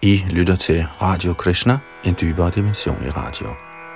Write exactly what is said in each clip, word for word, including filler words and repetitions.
I lytter til Radio Krishna, en dybere dimension i radio.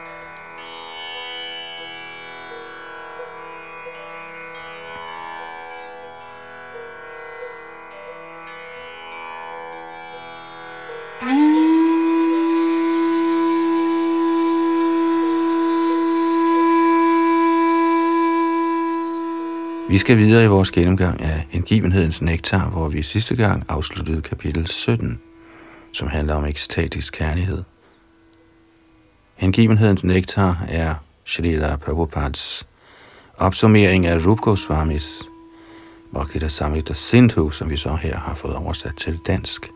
Vi skal videre i vores gennemgang af hengivenhedens nektar, hvor vi sidste gang afsluttede kapitel sytten, som handler om ekstatisk kærlighed. Hengivenhedens nektar er Shrila Prabhupads opsummering af Rupa Goswamis Bhakti-rasamrita Sindhu, som vi så her har fået oversat til dansk.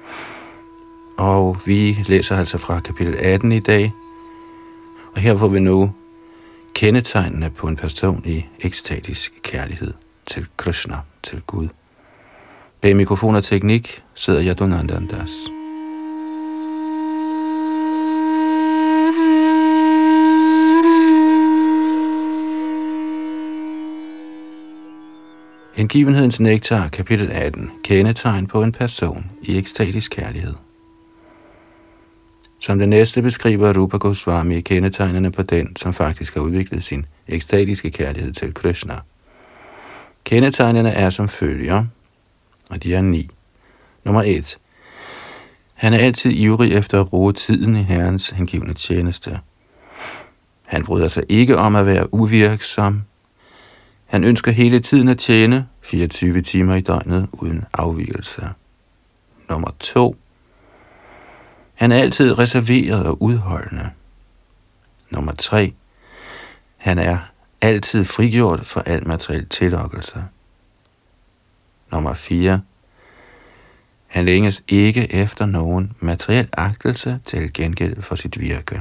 Og vi læser altså fra kapitel atten i dag, og her får vi nu kendetegnene på en person i ekstatisk kærlighed til Krishna, til Gud. Bag mikrofon og teknik sidder Yadunandan Das. Hengivenhedens nektar, kapitel atten, kendetegn på en person i ekstatisk kærlighed. Som det næste beskriver Rupa Goswami kendetegnene på den, som faktisk har udviklet sin ekstatiske kærlighed til Krishna. Kendetegnene er som følger, og de er ni. Nummer et. Han er altid ivrig efter at bruge tiden i Herrens hengivne tjeneste. Han bryder sig ikke om at være uvirksom. Han ønsker hele tiden at tjene fireogtyve timer i døgnet uden afvigelse. Nummer to. Han er altid reserveret og udholdende. Nummer tre. Han er altid frigjort for al materiel tillokkelse. Nummer fire. Han længes ikke efter nogen materiel agtelse til gengæld for sit virke.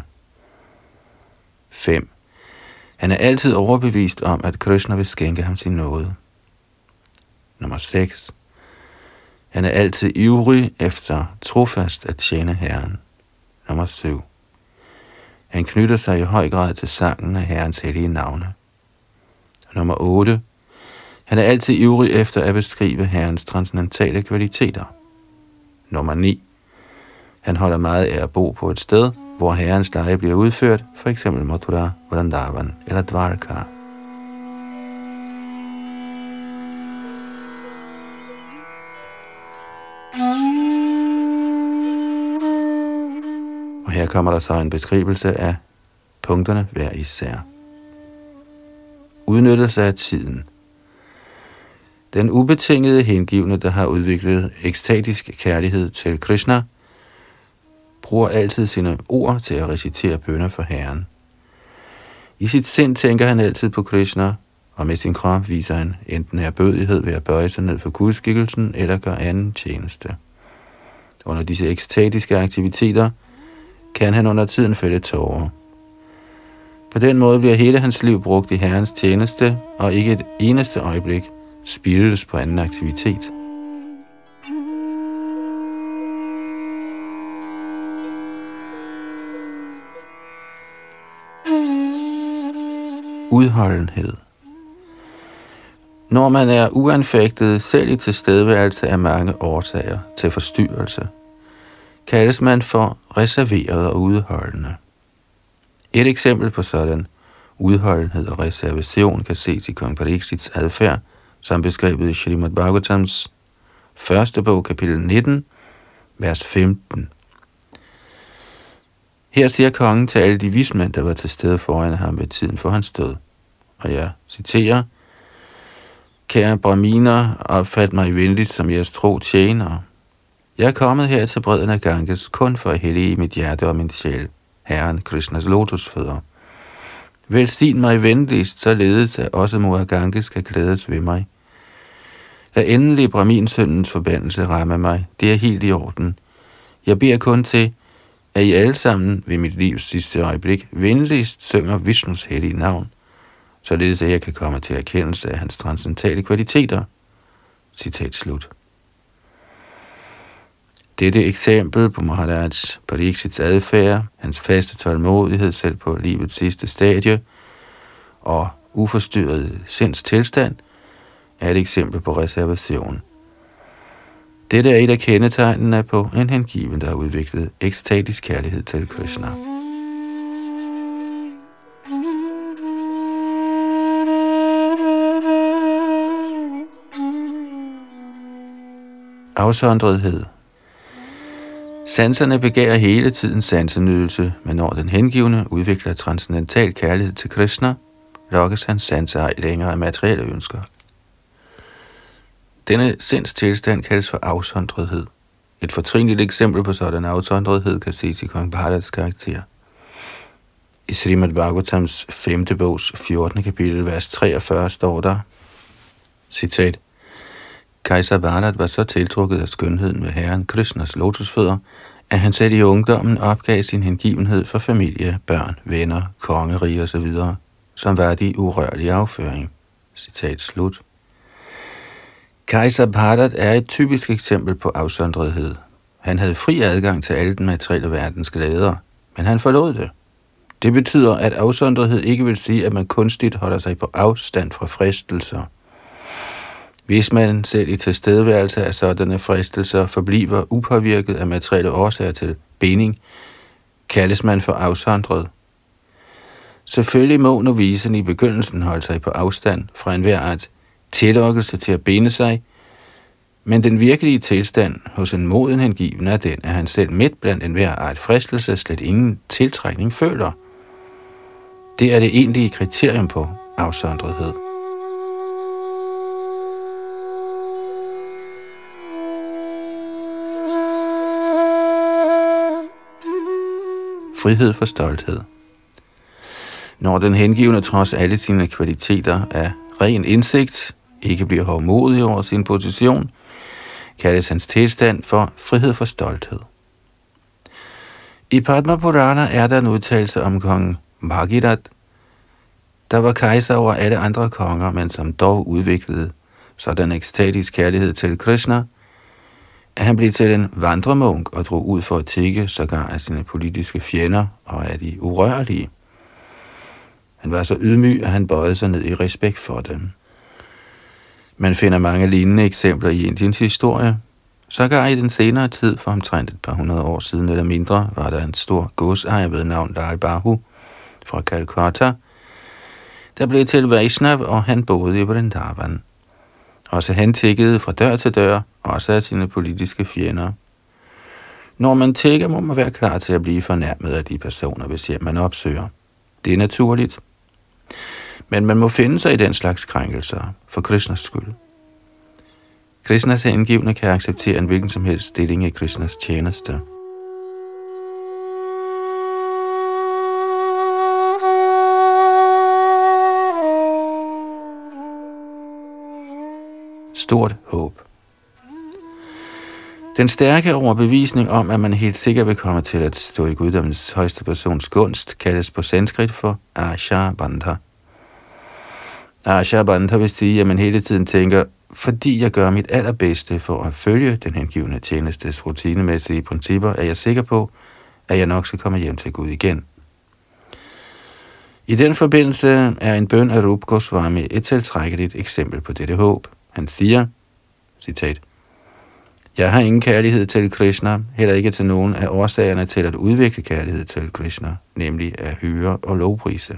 fem. Han er altid overbevist om, at Krishna vil skænke ham sin nåde. Nummer seks. Han er altid ivrig efter trofast at tjene Herren. Nummer syv. Han knytter sig i høj grad til sangen af Herrens hellige navne. Nummer otte. Han er altid ivrig efter at beskrive Herrens transcendentale kvaliteter. Nummer ni. Han holder meget af at bo på et sted, hvor Herrens lege bliver udført, for eksempel Mathura, Vrindavan eller Dvarka. Og her kommer der så en beskrivelse af punkterne hver især. Udnyttelse af tiden. Den ubetingede hengivne, der har udviklet ekstatisk kærlighed til Krishna, bruger altid sine ord til at recitere bønner for Herren. I sit sind tænker han altid på Krishna, og med sin krop viser han enten ærbødighed ved at bøje sig ned for gudskikkelsen eller gøre anden tjeneste. Under disse ekstatiske aktiviteter kan han under tiden fælde tårer. På den måde bliver hele hans liv brugt i Herrens tjeneste, og ikke et eneste øjeblik spildes på anden aktivitet. Udholdenhed. Når man er uanfægtet selv i tilstedeværelse af mange årsager til forstyrrelse, kaldes man for reserveret og udholdende. Et eksempel på sådan udholdenhed og reservation kan ses i kong Parikshits adfærd, som beskrevet i Srimad Bhagavatams første bog, kapitel nitten, vers femten. Her siger kongen til alle de vismænd, der var til stede foran ham ved tiden for hans død. Og jeg citerer: Kære brahminer, opfat mig venligt som jeres tro tjenere. Jeg er kommet her til bredden af Ganges kun for at hellige mit hjerte og min sjæl, Herren Krishnas lotusfødder. Velsign mig venligst, således at også mor Ganges kan glædes ved mig. Da endelig brahminsøndens forbandelse rammer mig, det er helt i orden. Jeg beder kun til, at I alle sammen ved mit livs sidste øjeblik venligst synger Vishnus hellige navn, således at jeg kan komme til erkendelse af hans transcendentale kvaliteter. Citat slut. Dette eksempel på Maharaj Parikshits adfærd, hans faste tålmodighed selv på livets sidste stadie og uforstyrret sinds tilstand, er et eksempel på reservation. Dette er et af kendetegnene på en hengiven, der har udviklet ekstatisk kærlighed til Krishna. Afsondrethed. Sanserne begærer hele tiden sansenydelse, men når den hengivne udvikler transcendental kærlighed til Krishna, lokkes hans sanser ej længere af materielle ønsker. Denne sindstilstand kaldes for afsondrethed. Et fortrinligt eksempel på sådan afsondrethed kan ses i kong Bharatas karakter. I Srimad Bhagavatams femte bogs fjortende kapitel, vers treogfyrre, står der, citat, Kejser Bharat var så tiltrukket af skønheden ved herren Krishnas lotusfødder, at han selv i ungdommen opgav sin hengivenhed for familie, børn, venner, kongerige osv., som var de urørlige afføring. Citat slut. Kejser Bharat er et typisk eksempel på afsondrethed. Han havde fri adgang til alle den materielle verdens glæder, men han forlod det. Det betyder, at afsondrethed ikke vil sige, at man kunstigt holder sig på afstand fra fristelser. Hvis man selv i tilstedeværelse af sådanne fristelser forbliver upåvirket af materielle årsager til binding, kaldes man for afsondret. Selvfølgelig må novicen i begyndelsen holde sig på afstand fra enhver art tillokkelse til at binde sig, men den virkelige tilstand hos en moden hengiven er den, at han selv midt blandt enhver art fristelse slet ingen tiltrækning føler. Det er det egentlige kriterium på afsondrethed. Frihed for stolthed. Når den hengivne trods alle sine kvaliteter af ren indsigt ikke bliver hovmodig over sin position, kaldes hans tilstand for frihed for stolthed. I Padma Purana er der en udtalelse om kongen Bhagirat, der var kejser over alle andre konger, men som dog udviklede sådan ekstatisk kærlighed til Krishna, at han blev til en vandremunk og drog ud for at tigge sågar af sine politiske fjender og af de urørlige. Han var så ydmyg, at han bøjede sig ned i respekt for dem. Man finder mange lignende eksempler i Indiens historie. Sågar i den senere tid, for omtrent et par hundrede år siden eller mindre, var der en stor godsejer ved navn Lal Bahu fra Calcutta, der blev til Vaishnav, og han boede i Vrindavan. Også han tiggede fra dør til dør, også af sine politiske fjender. Når man tigger, må man være klar til at blive fornærmet af de personer, hvis hjem man opsøger. Det er naturligt. Men man må finde sig i den slags krænkelser, for Krishnas skyld. Krishnas hengivne kan acceptere en hvilken som helst stilling i Krishnas tjeneste. Stort håb. Den stærke overbevisning om, at man helt sikkert vil komme til at stå i guddommens højeste persons gunst, kaldes på sanskrit for Ashabandha. Ashabandha vil sige, at man hele tiden tænker, fordi jeg gør mit allerbedste for at følge den hengivne tjenestes rutinemæssige principper, er jeg sikker på, at jeg nok skal komme hjem til Gud igen. I den forbindelse er en bøn af Rupa Goswami et tiltrækkeligt eksempel på dette håb. Han siger, citat, jeg har ingen kærlighed til Krishna, heller ikke til nogen af årsagerne til at udvikle kærlighed til Krishna, nemlig at hyre og lovprise.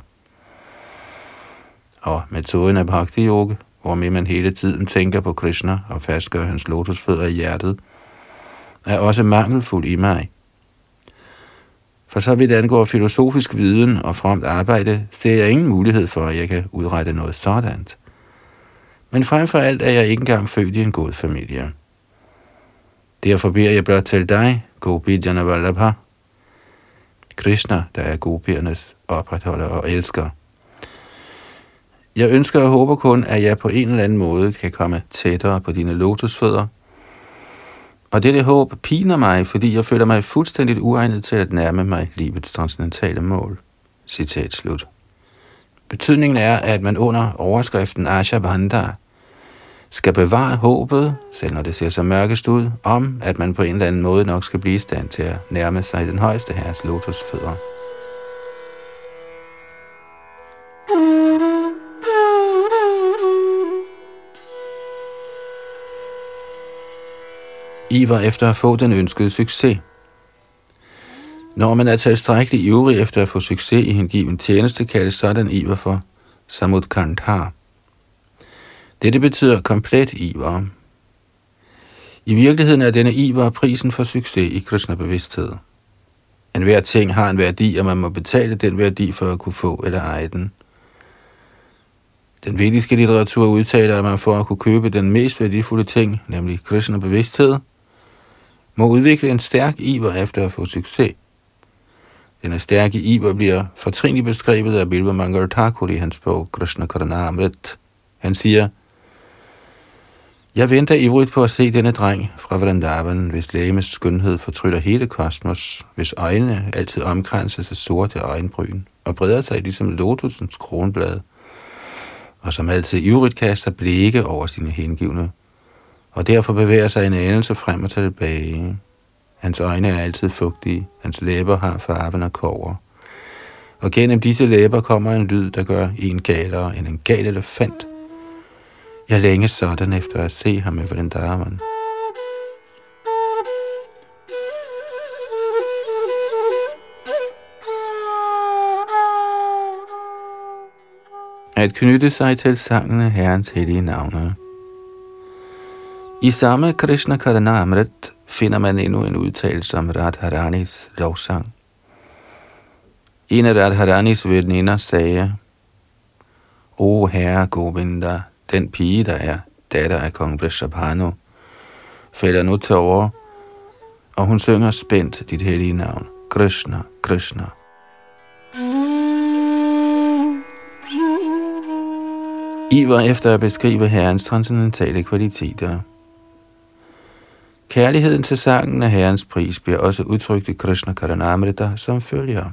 Og metoden af Bhakti Yoga, hvormed man hele tiden tænker på Krishna og fastgør hans lotusfødder i hjertet, er også mangelfuld i mig. For så vidt angår filosofisk viden og fromt arbejde, ser jeg ingen mulighed for, at jeg kan udrette noget sådant. Men frem for alt er jeg ikke engang født i en god familie. Derfor beder jeg blot til dig, Gopi Jana Vallabha, Krishna, der er gopiernes opretholder og elsker. Jeg ønsker og håber kun, at jeg på en eller anden måde kan komme tættere på dine lotusfødder. Og dette håb piner mig, fordi jeg føler mig fuldstændigt uegnet til at nærme mig livets transcendentale mål. Citat slut. Betydningen er, at man under overskriften Ashabandha skal bevare håbet, selv når det ser så mørkest ud, om at man på en eller anden måde nok skal blive i stand til at nærme sig den højeste herres lotusfødder. Iver efter at få den ønskede succes. Når man er tilstrækkelig ivrig efter at få succes i hengiven tjeneste, kaldes sådan iver for samudkantha. Dette betyder komplet iver. I virkeligheden er denne iver prisen for succes i Krishna-bevidsthed. Enhver ting har en værdi, og man må betale den værdi for at kunne få eller eje den. Den vediske litteratur udtaler, at man for at kunne købe den mest værdifulde ting, nemlig Krishna-bevidsthed, må udvikle en stærk iver efter at få succes. Denne stærke iver bliver fortrinligt beskrevet af Bilva Mangal Thakur i hans bog Krishna Karanamrit. Han siger: Jeg venter ivrigt på at se denne dreng fra Vrindavan, hvis legemes skønhed fortryller hele kosmos, hvis øjnene altid omkranses af sorte øjenbryn og breder sig ligesom lotusens kronblad, og som altid ivrigt kaster blikke over sine hengivne, og derfor bevæger sig en anelse frem og tilbage. Hans øjne er altid fugtige, hans læber har farven af kobber, og gennem disse læber kommer en lyd, der gør en galere end en gal elefant. Jeg længes sådan efter at se ham i Vrindavan. At knytte sig til sangene Herrens hellige navne. I samme Krishna Karanamrit finder man endnu en udtalelse om Radharanis lovsang. En af Radharanis veninder sagde: O herre Govinda, den pige, der er datter af kong Vrishabhanu, falder nu til over, og hun synger spændt dit hellige navn, Krishna, Krishna. Iver efter at beskrive Herrens transcendentale kvaliteter. Kærligheden til sangen af Herrens pris bliver også udtrykt i Krishna Karanamrita som følger.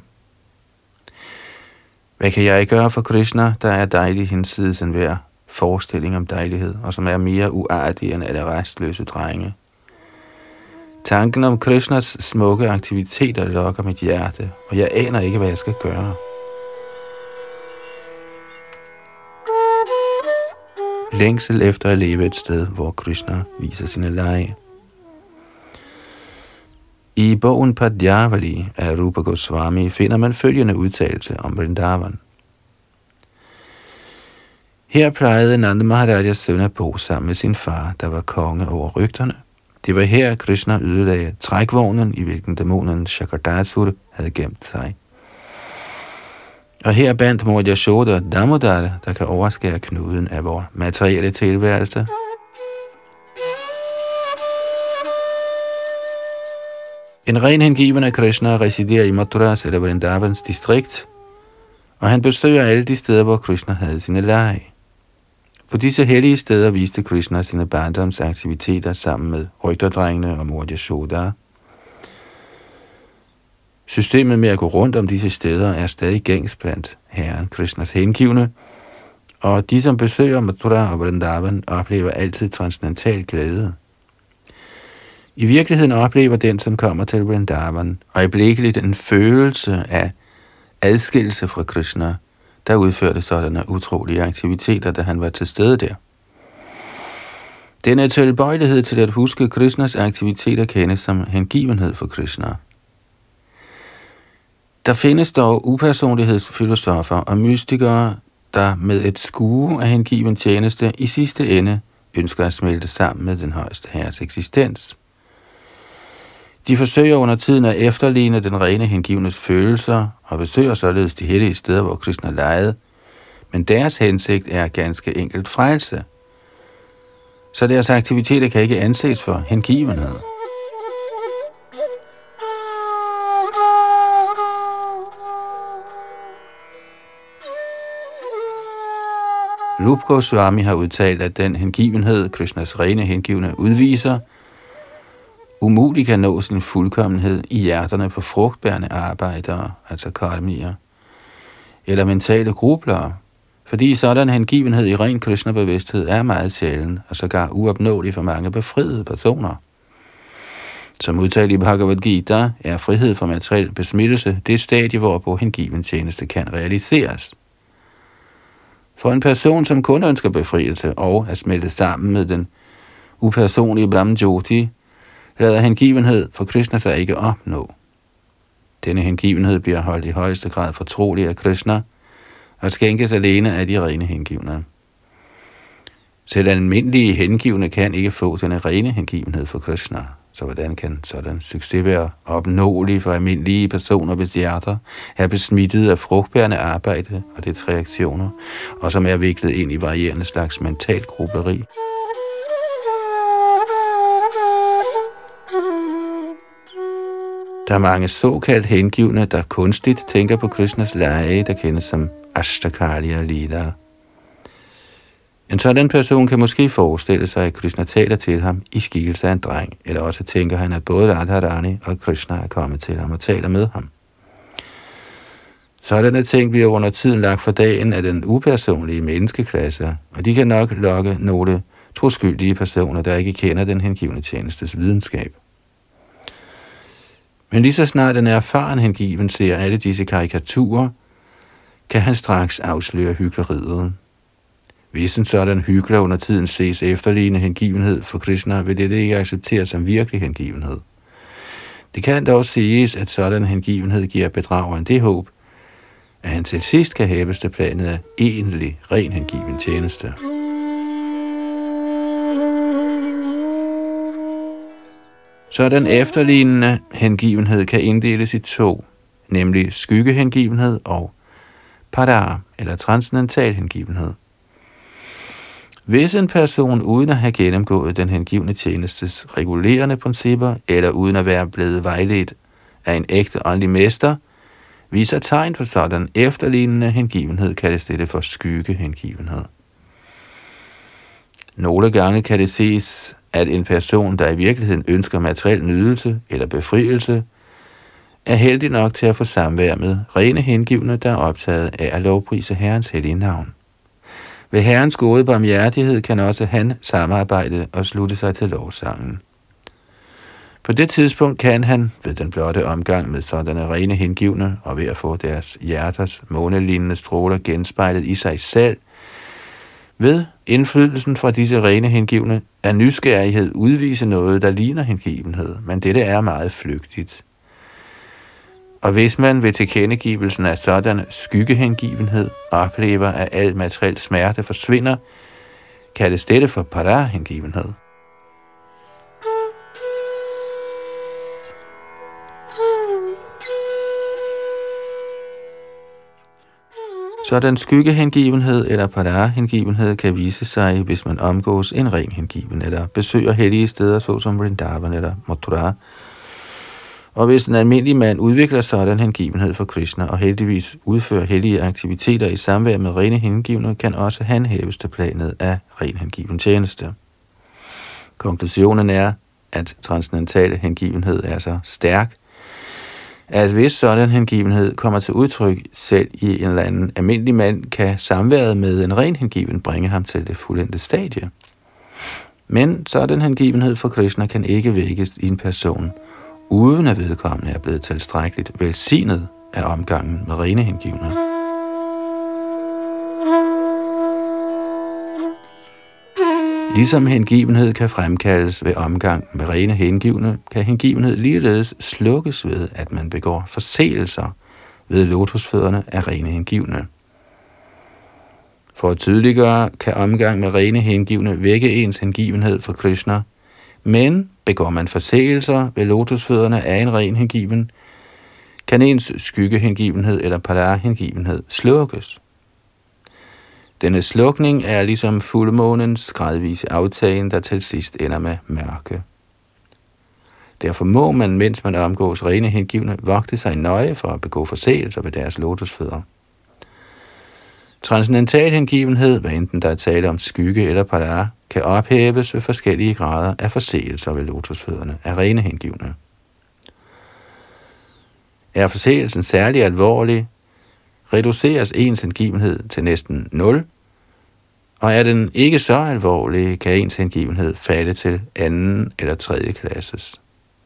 Hvad kan jeg gøre for Krishna, der er dejlig hinsides enhver forestilling om dejlighed, og som er mere uartig end alle restløse drenge? Tanken om Krishnas smukke aktiviteter lokker mit hjerte, og jeg aner ikke, hvad jeg skal gøre. Længsel efter at leve et sted, hvor Krishna viser sine lege. I bogen Padjavali af Rupa Goswami finder man følgende udtalelse om Vrindavan. Her plejede Nanda Maharajas søn at bo sammen med sin far, der var konge over rygterne. Det var her, Krishna ødelagde trækvognen, i hvilken dæmonen Shakardasur havde gemt sig. Og her bandt mor Yashoda Damodar, der kan overskære knuden af vores materielle tilværelse. En ren hengiven af Krishna residerer i Mathuras eller Vrindavans distrikt, og han besøger alle de steder, hvor Krishna havde sine lege. På disse hellige steder viste Krishna sine barndomsaktiviteter sammen med rygterdrengene og mor Yashoda. Systemet med at gå rundt om disse steder er stadig gængs blandt Herren Krishnas hengivne, og de, som besøger Mathura og Vrindavan, oplever altid transcendental glæde. I virkeligheden oplever den, som kommer til Vrindavan, øjeblikkeligt en følelse af adskillelse fra Krishna, der udførte sådanne utrolige aktiviteter, da han var til stede der. Denne tilbøjelighed til at huske Krishnas aktiviteter kendes som hengivenhed for Krishna. Der findes dog upersonlighedsfilosofer og mystikere, der med et skue af hengiven tjeneste i sidste ende ønsker at smelte sammen med den højeste herres eksistens. De forsøger under tiden at efterligne den rene hengivnes følelser og besøger således de hellige steder, hvor Krishna legede, men deres hensigt er ganske enkelt frelse. Så deres aktiviteter kan ikke anses for hengivenhed. Rupa Goswami har udtalt, at den hengivenhed, Krishnas rene hengivne udviser, umuligt kan nå sin fuldkommenhed i hjerterne på frugtbærende arbejdere, altså karmier, eller mentale grublere, fordi sådan hengivenhed i ren Krishna-bevidsthed er meget sjælden og sågar uopnåelig for mange befriede personer. Som udtalt i Bhagavad Gita er frihed fra materiel besmittelse det stadie, hvorpå hengiven tjeneste kan realiseres. For en person, som kun ønsker befrielse og er smeltet sammen med den upersonlige Brahman Jyoti, lader hengivenhed for Krishna sig ikke opnå. Denne hengivenhed bliver holdt i højeste grad fortrolig af Krishna, og skænkes alene af de rene hengivne. Selv almindelige hengivne kan ikke få denne rene hengivenhed for Krishna. Så hvordan kan sådan succes være opnåelig for almindelige personer, hvis hjerter er besmittet af frugtbærende arbejde og dets reaktioner, og som er viklet ind i varierende slags mentalt grubleri? Der er mange såkaldt hengivne, der kunstigt tænker på Krishnas lege, der kendes som Ashtakarya Lila. En sådan person kan måske forestille sig, at Krishna taler til ham i skikkelse af en dreng, eller også tænker han, at både Radharani og Krishna er kommet til ham og taler med ham. Sådanne ting bliver under tiden lagt for dagen af den upersonlige menneskeklasse, og de kan nok lokke nogle troskyldige personer, der ikke kender den hengivne tjenestes videnskab. Men lige så snart den erfaren hengiven ser alle disse karikaturer, kan han straks afsløre hykleriet. Hvis en sådan hykler under tiden ses efterliggende hengivenhed for Krishna, vil det ikke accepteres som virkelig hengivenhed. Det kan dog siges, at sådan hengivenhed giver bedrageren det håb, at han til sidst kan hæves til planet af egentlig ren hengiven tjeneste. Sådan efterlignende hengivenhed kan inddeles i to, nemlig skyggehengivenhed og padar, eller transcendental hengivenhed. Hvis en person uden at have gennemgået den hengivne tjenestes regulerende principper, eller uden at være blevet vejledt af en ægte åndelig mester, viser tegn på sådan efterlignende hengivenhed, kaldes dette for skyggehengivenhed. Nogle gange kan det ses, at en person, der i virkeligheden ønsker materiel nydelse eller befrielse, er heldig nok til at få samvær med rene hengivne, der er optaget af at lovprise Herrens hellige navn. Ved Herrens gode barmhjertighed kan også han samarbejde og slutte sig til lovsangen. På det tidspunkt kan han, ved den blotte omgang med sådanne rene hengivne og ved at få deres hjerters månelignende stråler genspejlet i sig selv, ved indflydelsen fra disse rene hengivne er nysgerrighed udvise noget, der ligner hengivenhed, men dette er meget flygtigt. Og hvis man ved tilkendegivelsen af sådan skyggehengivenhed oplever, at al materiel smerte forsvinder, kaldes dette for para-hengivenhed. Sådan skyggehengivenhed eller para-hengivenhed kan vise sig, hvis man omgås en ren hengiven eller besøger hellige steder, såsom Vrindavan eller Mathura. Og hvis en almindelig mand udvikler sådan hengivenhed for Krishna og heldigvis udfører hellige aktiviteter i samvær med rene hengivne, kan også han hæves til planet af ren hengiven tjeneste. Konklusionen er, at transcendentale hengivenhed er så stærk, at hvis sådan hengivenhed kommer til udtryk selv i en eller anden almindelig mand, kan samværet med en ren hengiven bringe ham til det fuldendte stadie. Men sådan hengivenhed for Krishna kan ikke vækkes i en person, uden at vedkommende er blevet tilstrækkeligt velsignet af omgangen med rene hengivne. Ligesom hengivenhed kan fremkaldes ved omgang med rene hengivne, kan hengivenhed ligeledes slukkes ved, at man begår forseelser ved lotusfødderne af rene hengivne. For at tydeliggøre, kan omgang med rene hengivne vække ens hengivenhed for Krishna, men begår man forseelser ved lotusfødderne af en ren hengiven, kan ens skyggehengivenhed eller para-hengivenhed slukkes. Denne slukning er ligesom fuldmånens gradvise aftagen, der til sidst ender med mørke. Derfor må man, mens man omgås rene hengivne, vogte sig nøje for at begå forseelser ved deres lotusfødder. Transcendental hengivenhed, hvad enten der er tale om skygge eller para, kan ophæves ved forskellige grader af forseelser ved lotusfødderne af rene hengivne. Er forseelsen særlig alvorlig, reduceres ens hengivenhed til næsten nul, og er den ikke så alvorlig, kan ens hengivenhed falde til anden eller tredje klasses.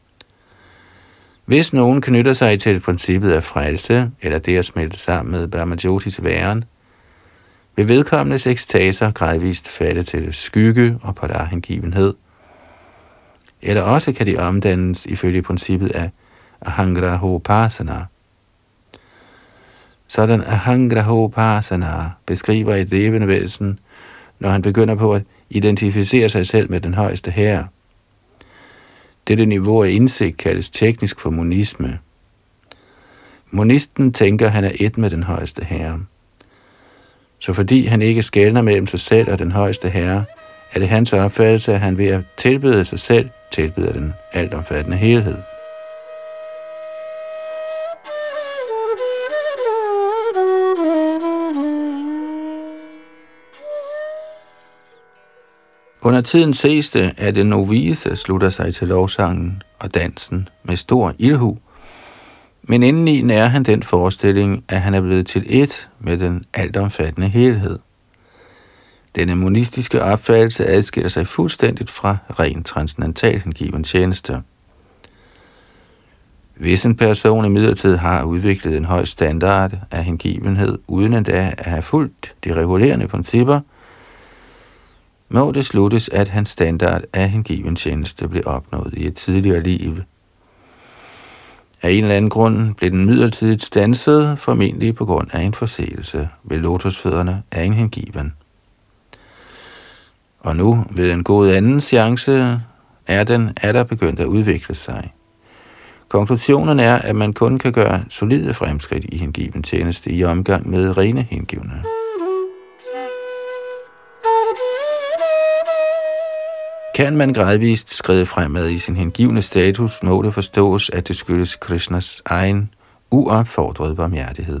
Hvis nogen knytter sig til princippet af frelse, eller det at smelte sammen med Brahmajotis væren, vil vedkommendes ekstaser gradvist falde til skygge og para-hengivenhed. eller også kan de omdannes ifølge princippet af ahangrahopasana. Sådan ahangrahopasana beskriver et levende væsen, når han begynder på at identificere sig selv med den højeste herre. Dette niveau af indsigt kaldes teknisk for monisme. Monisten tænker, han er et med den højeste herre. Så fordi han ikke skelner mellem sig selv og den højeste herre, er det hans opfattelse, at han ved at tilbede sig selv, tilbeder den altomfattende helhed. Under tiden ses det, at den novice slutter sig til lovsangen og dansen med stor ildhu, men indeni nærer han den forestilling, at han er blevet til ét med den altomfattende helhed. Denne monistiske opfattelse adskiller sig fuldstændigt fra ren transcendental hengiven tjeneste. Hvis en person imidlertid har udviklet en høj standard af hengivenhed, uden endda at have fulgt de regulerende principper, må det sluttes, at hans standard af hengiven tjeneste blev opnået i et tidligere liv. Af en eller anden grund blev den midlertidigt standset, formentlig på grund af en forseelse ved lotusfødderne af en hengiven. Og nu, ved en god anden seance, er den atter begyndt at udvikle sig. Konklusionen er, at man kun kan gøre solide fremskridt i hengiven tjeneste i omgang med rene hengivne. Kan man gradvist skride fremad i sin hengivne status, må det forstås, at det skyldes Krishnas egen uopfordrede barmhjertighed.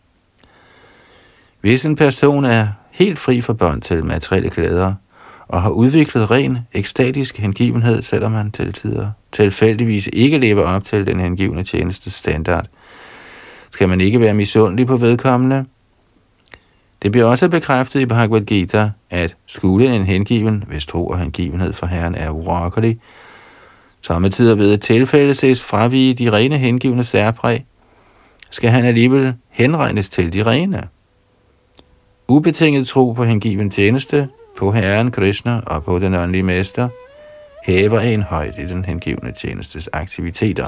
Hvis en person er helt fri for bånd til materielle glæder, og har udviklet ren, ekstatisk hengivenhed, selvom man til tider tilfældigvis ikke lever op til den hengivne tjenestes standard, skal man ikke være misundelig på vedkommende. Det bliver også bekræftet i Bhagavad Gita, at skulle en hengiven, hvis tro og hengivenhed for Herren er urokkelig, sommetider ved et tilfælde ses fravige de rene hengivne særpræg, skal han alligevel henregnes til de rene. Ubetinget tro på hengiven tjeneste, på Herren Krishna og på den åndelige mester, hæver en højt i den hengivne tjenestes aktiviteter.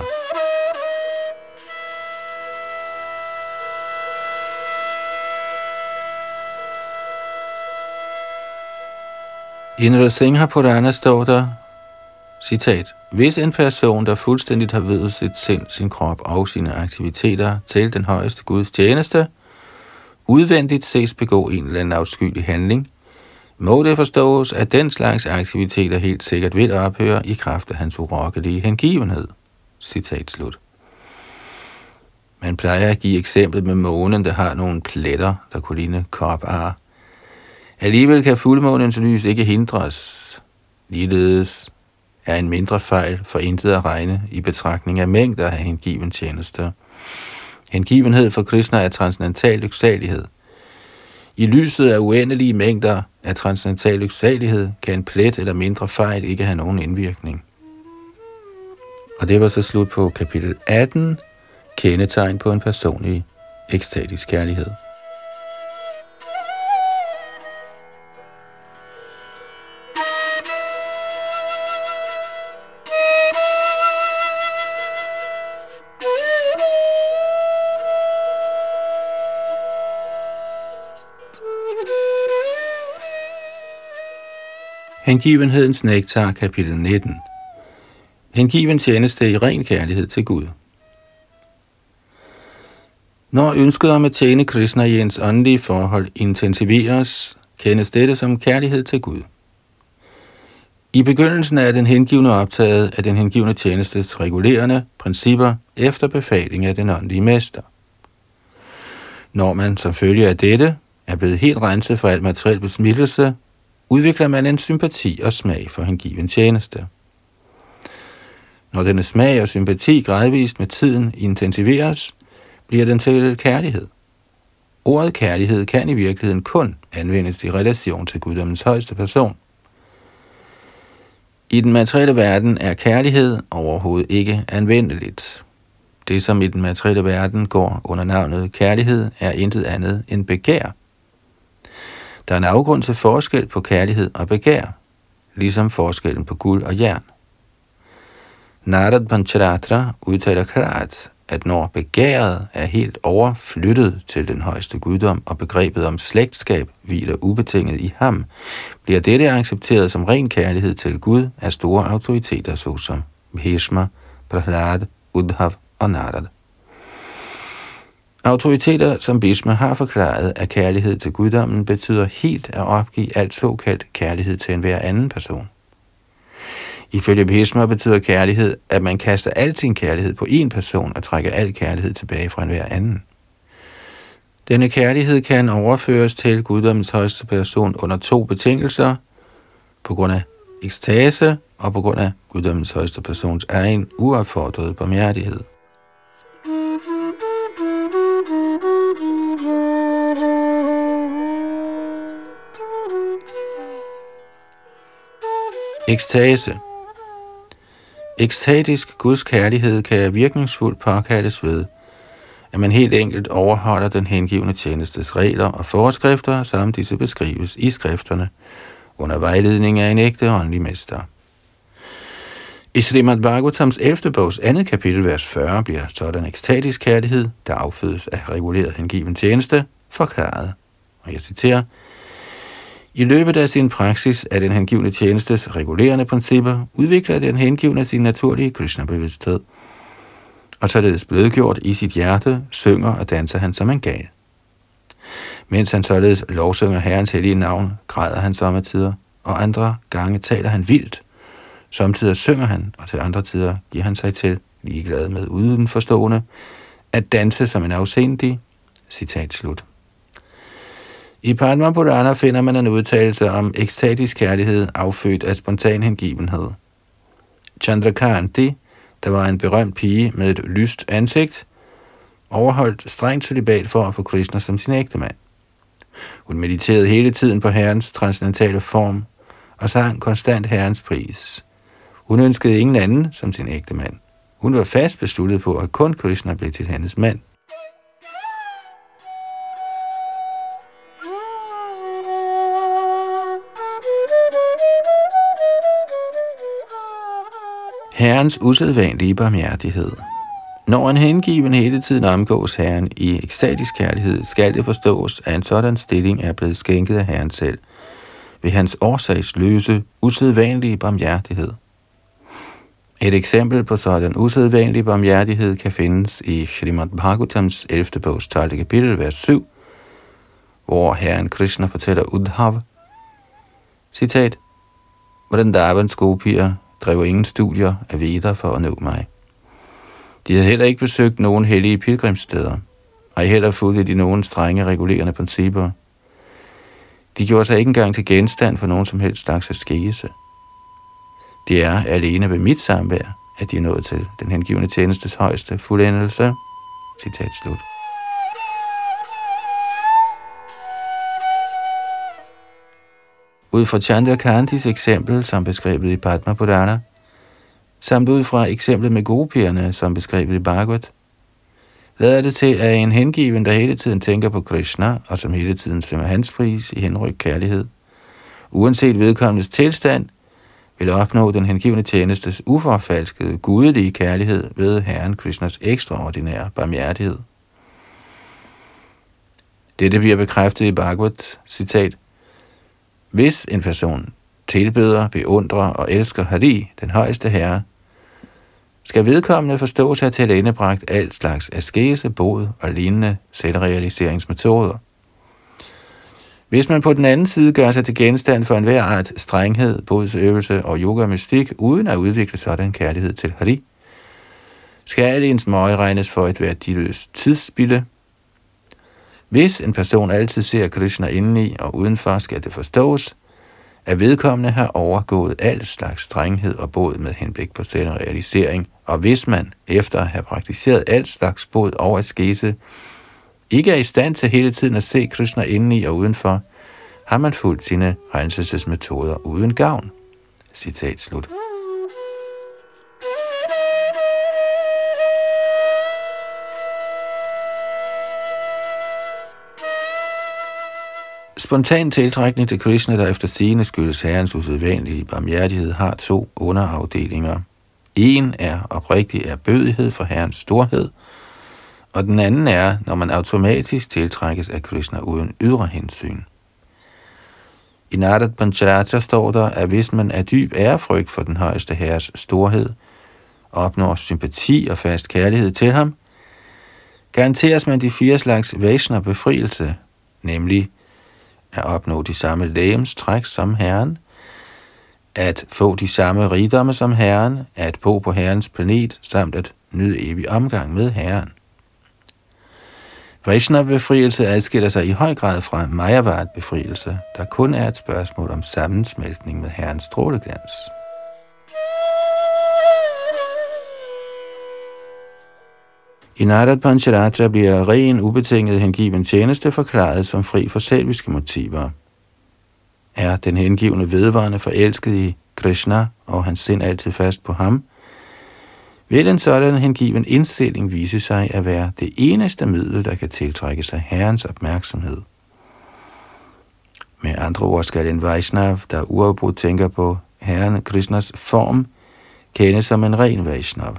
I Nrsimha Purana står der, citat, hvis en person, der fuldstændigt har videt sit sind, sin krop og sine aktiviteter til den højeste Guds tjeneste, udvendigt ses begå en eller anden afskyelig handling, må det forstås, at den slags aktiviteter helt sikkert vil ophøre i kraft af hans urokkelige hengivenhed. Citat slut. Man plejer at give eksemplet med månen, der har nogle pletter, der kunne ligne kopar. Alligevel kan fuldmånens lys ikke hindres. Ligeledes er en mindre fejl for intet at regne i betragtning af mængder af hengiven tjenester. Hengivenhed for Krishna er transcendental lyksalighed. I lyset af uendelige mængder af transcendental lyksalighed kan en plet eller mindre fejl ikke have nogen indvirkning. Og det var så slut på kapitel atten, kendetegn på en personlig ekstatisk kærlighed. Hengivenhedens nektar, kapitel nitten. Hengiven tjeneste i ren kærlighed til Gud. Når ønsket om at tjene Krishna i ens åndelige forhold intensiveres, kendes dette som kærlighed til Gud. I begyndelsen er den hengivne optaget af den hengivne tjenestes regulerende principper efter befaling af den åndelige mester. Når man som følge af dette er blevet helt renset for al materiel besmittelse, udvikler man en sympati og smag for hengiven tjeneste. Når denne smag og sympati gradvist med tiden intensiveres, bliver den til kærlighed. Ordet kærlighed kan i virkeligheden kun anvendes i relation til guddommens højeste person. I den materielle verden er kærlighed overhovedet ikke anvendeligt. Det, som i den materielle verden går under navnet kærlighed, er intet andet end begær. Der er en afgrund til forskel på kærlighed og begær, ligesom forskellen på guld og jern. Narad Pancharatra udtaler klart, at når begæret er helt overflyttet til den højeste guddom, og begrebet om slægtskab hviler ubetinget i ham, bliver dette accepteret som ren kærlighed til Gud af store autoriteter, såsom Bhishma, Prahlad, Uddhav og Narad. Autoriteter som Bhishma har forklaret, at kærlighed til guddommen betyder helt at opgive alt såkaldt kærlighed til enhver anden person. Ifølge Bhishma betyder kærlighed, at man kaster al sin kærlighed på én person og trækker al kærlighed tilbage fra enhver anden. Denne kærlighed kan overføres til guddommens højeste person under to betingelser, på grund af ekstase og på grund af guddommens højeste persons egen uopfordrede barmhjertighed. Ekstase. Ekstatisk Guds kærlighed kan virkningsfuldt påkaldes ved, at man helt enkelt overholder den hengivne tjenestes regler og forskrifter, som disse beskrives i skrifterne under vejledning af en ægte åndelig mester. I Srimad Bhagavatams ellevte bogs andet kapitel, vers fyrre, bliver sådan ekstatisk kærlighed, der affødes af reguleret hengiven tjeneste, forklaret. Og jeg citerer: I løbet af sin praksis af den hengivne tjenestes regulerende principper, udvikler den hengivne sin naturlige Krishna-bevidsthed, og således blødgjort i sit hjerte, synger og danser han som en gal. Mens han således lovsynger Herrens hellige navn, græder han sommetider, og andre gange taler han vildt. Samtidig synger han, og til andre tider giver han sig til, ligeglad med udenforstående, at danse som en afsindig. Citat slut. I Padma Purana finder man en udtalelse om ekstatisk kærlighed affødt af spontan hengivenhed. Chandrakanti, der var en berømt pige med et lyst ansigt, overholdt strengt cølibat for at få Krishna som sin ægtemand. Hun mediterede hele tiden på Herrens transcendentale form og sang konstant Herrens pris. Hun ønskede ingen anden som sin ægtemand. Hun var fast besluttet på, at kun Krishna blev til hendes mand. Herrens usædvanlige barmhjertighed. Når en hengiven hele tiden omgås Herren i ekstatisk kærlighed, skal det forstås, at en sådan stilling er blevet skænket af Herren selv, ved hans årsagsløse, usædvanlige barmhjertighed. Et eksempel på sådan usædvanlig barmhjertighed kan findes i Srimad Bhagavatams ellevte bogs tolvte kapitel, vers syv, hvor Herren Krishna fortæller Uddhav, citat: Vrindavans gopier drev ingen studier af Veda for at nå mig. De havde heller ikke besøgt nogen hellige pilgrimssteder, og heller fulgte de nogen strenge regulerende principper. De gjorde sig ikke engang til genstand for nogen som helst slags askese. Det er alene ved mit samvær, at de er nået til den hengivne tjenestes højeste fuldendelse. Citat slut. Ud fra Chandrakantis eksempel, som beskrevet i Padma Purana, samt ud fra eksemplet med gopierne, som beskrevet i Bhagavat, lader det til, at en hengiven, der hele tiden tænker på Krishna, og som hele tiden synger hans pris i henryk kærlighed, uanset vedkommendes tilstand, vil opnå den hengivne tjenestes uforfalskede, gudelige kærlighed ved Herren Krishnas ekstraordinære barmhjertighed. Dette bliver bekræftet i Bhagavat, citat: Hvis en person tilbeder, beundrer og elsker Hari, den højeste herre, skal vedkommende forstå sig til at have indebragt alt slags askese, bod og lignende selvrealiseringsmetoder. Hvis man på den anden side gør sig til genstand for enhver art strenghed, bodsøvelse og yoga-mystik, uden at udvikle sådan kærlighed til Hari, skal alle ens møje regnes for et værdiløst tidsspilde. Hvis en person altid ser Krishna indeni og udenfor, skal det forstås, at vedkommende har overgået al slags strenghed og bod med henblik på selvrealisering, og hvis man, efter at have praktiseret al slags bod og askese, ikke er i stand til hele tiden at se Krishna indeni og udenfor, har man fulgt sine renselsesmetoder uden gavn. Citat slut. Spontan tiltrækning til Krishna, der efter sigende skyldes Herrens usædvanlige barmhjertighed, har to underafdelinger. En er oprigtig erbødighed for Herrens storhed, og den anden er, når man automatisk tiltrækkes af Krishna uden ydre hensyn. I Narad Pancharatra står der, at hvis man er dyb ærefrygt for den højeste herres storhed, og opnår sympati og fast kærlighed til ham, garanteres man de fire slags Vaishnava befrielse, nemlig at opnå de samme legemstræk som Herren, at få de samme rigdomme som Herren, at bo på Herrens planet, samt at nyde evig omgang med Herren. Vaishnava-befrielse adskiller sig i høj grad fra Mayavad-befrielse, der kun er et spørgsmål om sammensmeltning med Herrens stråleglans. I Narad Pancharatra bliver ren, ubetinget hengiven tjeneste forklaret som fri for selviske motiver. Er den hengivne vedvarende forelsket i Krishna, og hans sind altid fast på ham, vil en sådan hengiven indstilling vise sig at være det eneste middel, der kan tiltrække sig Herrens opmærksomhed. Med andre ord skal en Vaishnav, der uafbrudt tænker på Herren Krishnas form, kendes som en ren Vaishnav.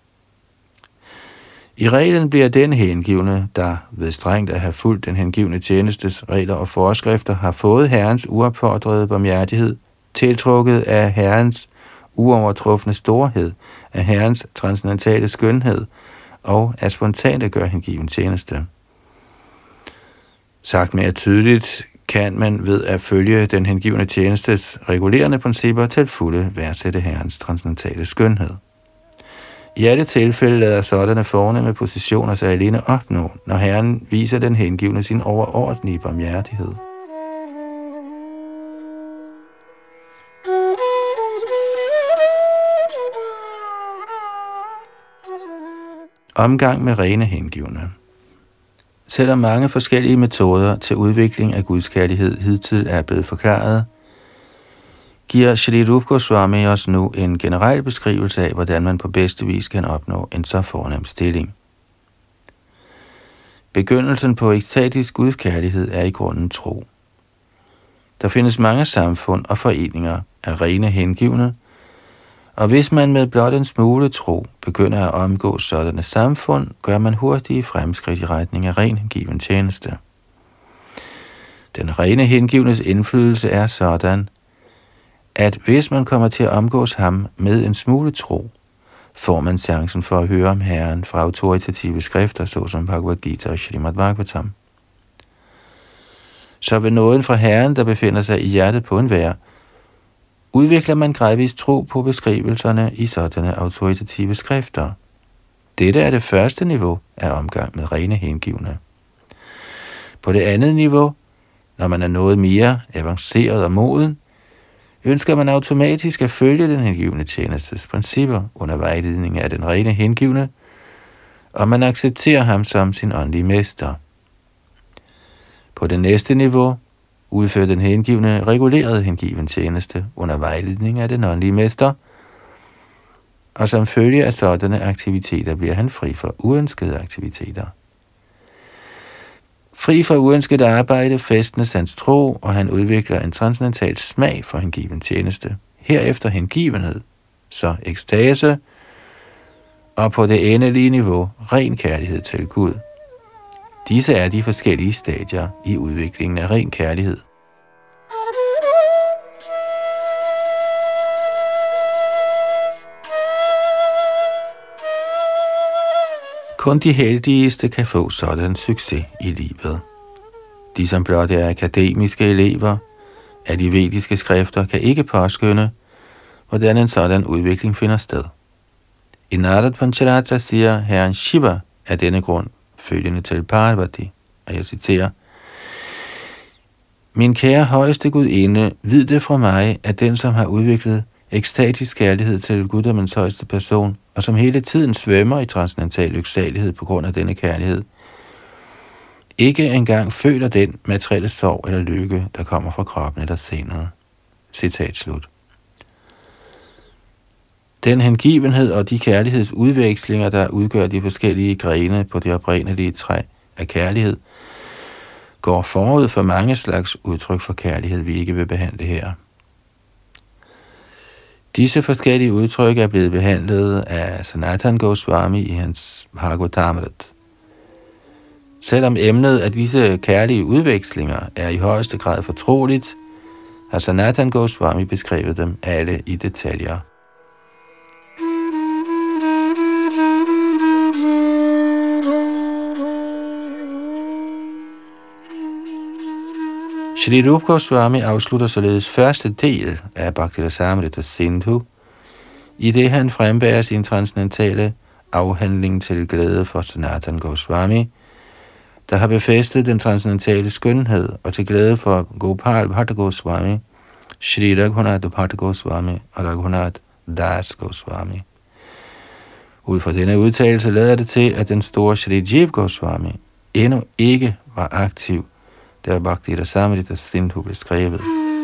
I reglen bliver den hengivne, der ved strengt at have fulgt den hengivne tjenestes regler og forskrifter, har fået Herrens uopfordrede barmhjertighed, tiltrukket af Herrens uovertrufne storhed, af Herrens transcendentale skønhed og af spontant at gøre hengiven tjeneste. Sagt mere tydeligt kan man ved at følge den hengivne tjenestes regulerende principper til fulde værdsætte Herrens transcendentale skønhed. I alle tilfælde lader sådanne fornemme positioner sig alene opnå, når Herren viser den hengivne sin overordentlige barmhjertighed. Omgang med rene hengivne. Selvom mange forskellige metoder til udvikling af Guds kærlighed hidtil er blevet forklaret, giver Shri Rupa Goswami os nu en generel beskrivelse af, hvordan man på bedste vis kan opnå en så fornem stilling. Begyndelsen på ekstatisk Guds kærlighed er i grunden tro. Der findes mange samfund og foreninger af rene hengivne, og hvis man med blot en smule tro begynder at omgå sådanne samfund, gør man hurtige fremskridt i retning af ren hengiven tjeneste. Den rene hengivnes indflydelse er sådan, at hvis man kommer til at omgås ham med en smule tro, får man chancen for at høre om Herren fra autoritative skrifter, såsom Bhagavad Gita og Srimad Bhagavatam. Så ved nåden fra Herren, der befinder sig i hjertet på enhver, udvikler man gradvist tro på beskrivelserne i sådanne autoritative skrifter. Dette er det første niveau af omgang med rene hengivne. På det andet niveau, når man er noget mere avanceret og moden, ønsker man automatisk at følge den hengivne tjenestes principper under vejledning af den rene hengivne, og man accepterer ham som sin åndelige mester. På det næste niveau udfører den hengivne reguleret hengiven tjeneste under vejledning af den åndelige mester, og som følge af sådanne aktiviteter bliver han fri for uønskede aktiviteter. Fri for uønsket arbejde fæstnes hans tro, og han udvikler en transcendental smag for hengiven tjeneste. Herefter hengivenhed, så ekstase, og på det endelige niveau ren kærlighed til Gud. Disse er de forskellige stadier i udviklingen af ren kærlighed. Kun de heldigste kan få sådan succes i livet. De, som blot er akademiske elever af de vediske skrifter, kan ikke påskynde, hvordan en sådan udvikling finder sted. I Narad Pancharatra siger Herren Shiva af denne grund følgende til Parvati, og jeg citerer: Min kære højeste gudinde, vid det fra mig, at den, som har udviklet ekstatisk kærlighed til guddommens højeste person, og som hele tiden svømmer i transcendental lyksalighed på grund af denne kærlighed, ikke engang føler den materielle sorg eller lykke, der kommer fra kroppen eller sindet. Citat slut. Den hengivenhed og de kærlighedsudvekslinger, der udgør de forskellige grene på det oprindelige træ af kærlighed, går forud for mange slags udtryk for kærlighed, vi ikke vil behandle her. Disse forskellige udtryk er blevet behandlet af Sanatana Goswami i hans Bhagavatamrit. Selvom emnet af disse kærlige udvekslinger er i højeste grad fortroligt, har Sanatana Goswami beskrevet dem alle i detaljer. Shri Rupa Goswami afslutter således første del af Bhakti-rasamrita Sindhu, i det han frembærer sin transcendentale afhandling til glæde for Sanatana Goswami, der har befæstet den transcendentale skønhed, og til glæde for Gopal Bhatta Goswami, Shri Raghunath Bhatta Goswami og Raghunath Das Goswami. Ud fra denne udtalelse lader det til, at den store Shri Jiva Goswami endnu ikke var aktiv, da Bhakti-rasamrita Sindhu blev skrevet.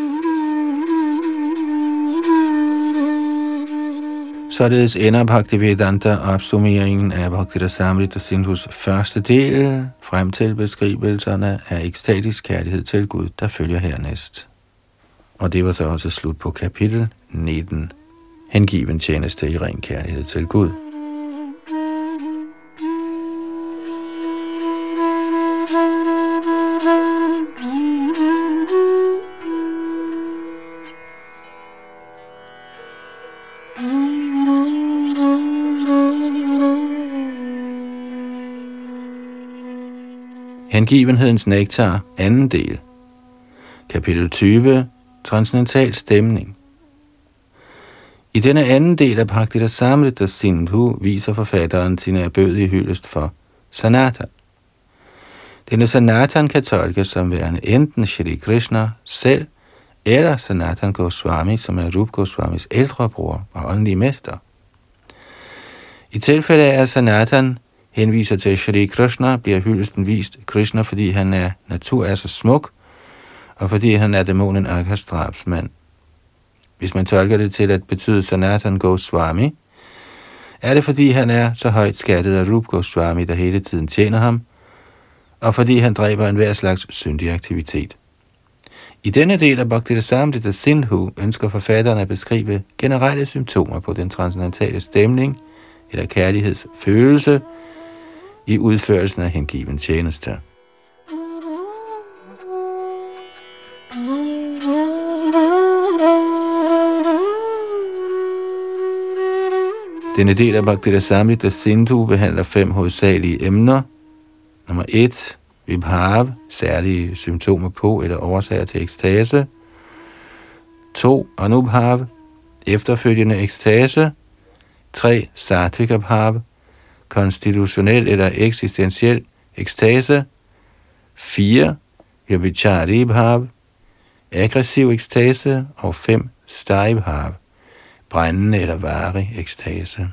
Således ender Bhaktivedanta opsummeringen af Bhakti-rasamrita Sindhus første del frem til beskrivelserne af ekstatisk kærlighed til Gud, der følger hernæst. Og det var så også slut på kapitel nitten. Hengiven tjeneste i ren kærlighed til Gud. Hengivenhedens nektar, anden del. Kapitel tyve. Transcendental stemning. I denne anden del af Bhakti-rasamrita Sindhu viser forfatteren sin ærbødige hyldest for Sanatan. Denne Sanatan kan tolkes som værende enten Shri Krishna selv, eller Sanatana Goswami, som er Rupa Goswamis ældre bror og åndelige mester. I tilfælde af at Sanatan henviser til Shri Krishna, bliver hyldesten vist Krishna, fordi han er natur er så smuk, og fordi han er dæmonen Akas drabsmand. Hvis man tolker det til at betyde Sanatana Goswami, er det fordi han er så højt skattet af Rupa Goswami, der hele tiden tjener ham, og fordi han dræber enhver slags syndig aktivitet. I denne del af Bhakti-rasamrita Sindhu ønsker forfatteren at beskrive generelle symptomer på den transcendentale stemning eller kærlighedsfølelse i udførelsen af hengiven tjeneste. Denne del af Bhakti-rasamrita Sindhu behandler fem hovedsagelige emner. Nummer et. Vibhav, særlige symptomer på eller årsager til ekstase. to. Anubhav, efterfølgende ekstase. tre. Sattvika bhav, konstitutionel eller eksistentiel ekstase. fire. Vyabhichari bhav, aggressiv ekstase. Og fem. Sthai bhav, brændende eller varig ekstase.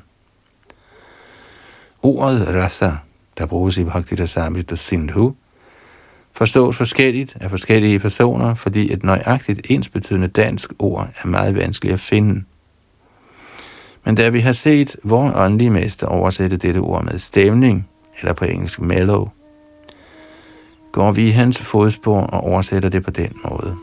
Ordet rasa, der bruges i Bhakti-rasamrita Sindhu, forstås forskelligt af forskellige personer, fordi et nøjagtigt ensbetydende dansk ord er meget vanskeligt at finde. Men da vi har set vor åndelige mester oversætte dette ord med stemning, eller på engelsk mellow, går vi i hans fodspor og oversætter det på den måde.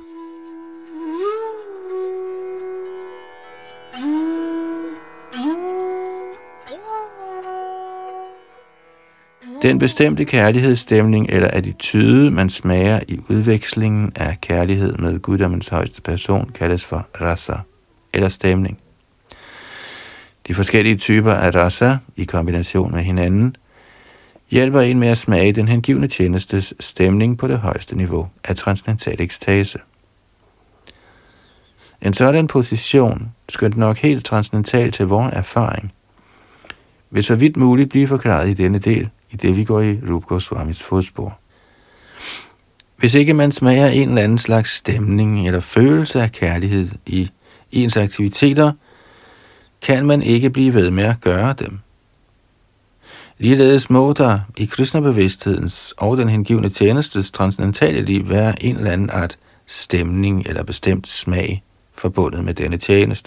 Den bestemte kærlighedsstemning eller attitude, man smager i udvekslingen af kærlighed med guddommens højeste person, kaldes for rasa, eller stemning. De forskellige typer af rasa, i kombination med hinanden, hjælper en med at smage den hengivne tjenestes stemning på det højeste niveau af transcendental ekstase. En sådan position, skønt nok helt transcendental til vores erfaring, vil så vidt muligt blive forklaret i denne del, i det vi går i Rupa Goswamis fodspor. Hvis ikke man smager en eller anden slags stemning eller følelse af kærlighed i ens aktiviteter, kan man ikke blive ved med at gøre dem. Ligeledes må der i Krishna-bevidsthedens og den hengivne tjenestes transcendentale liv være en eller anden art stemning eller bestemt smag forbundet med denne tjeneste.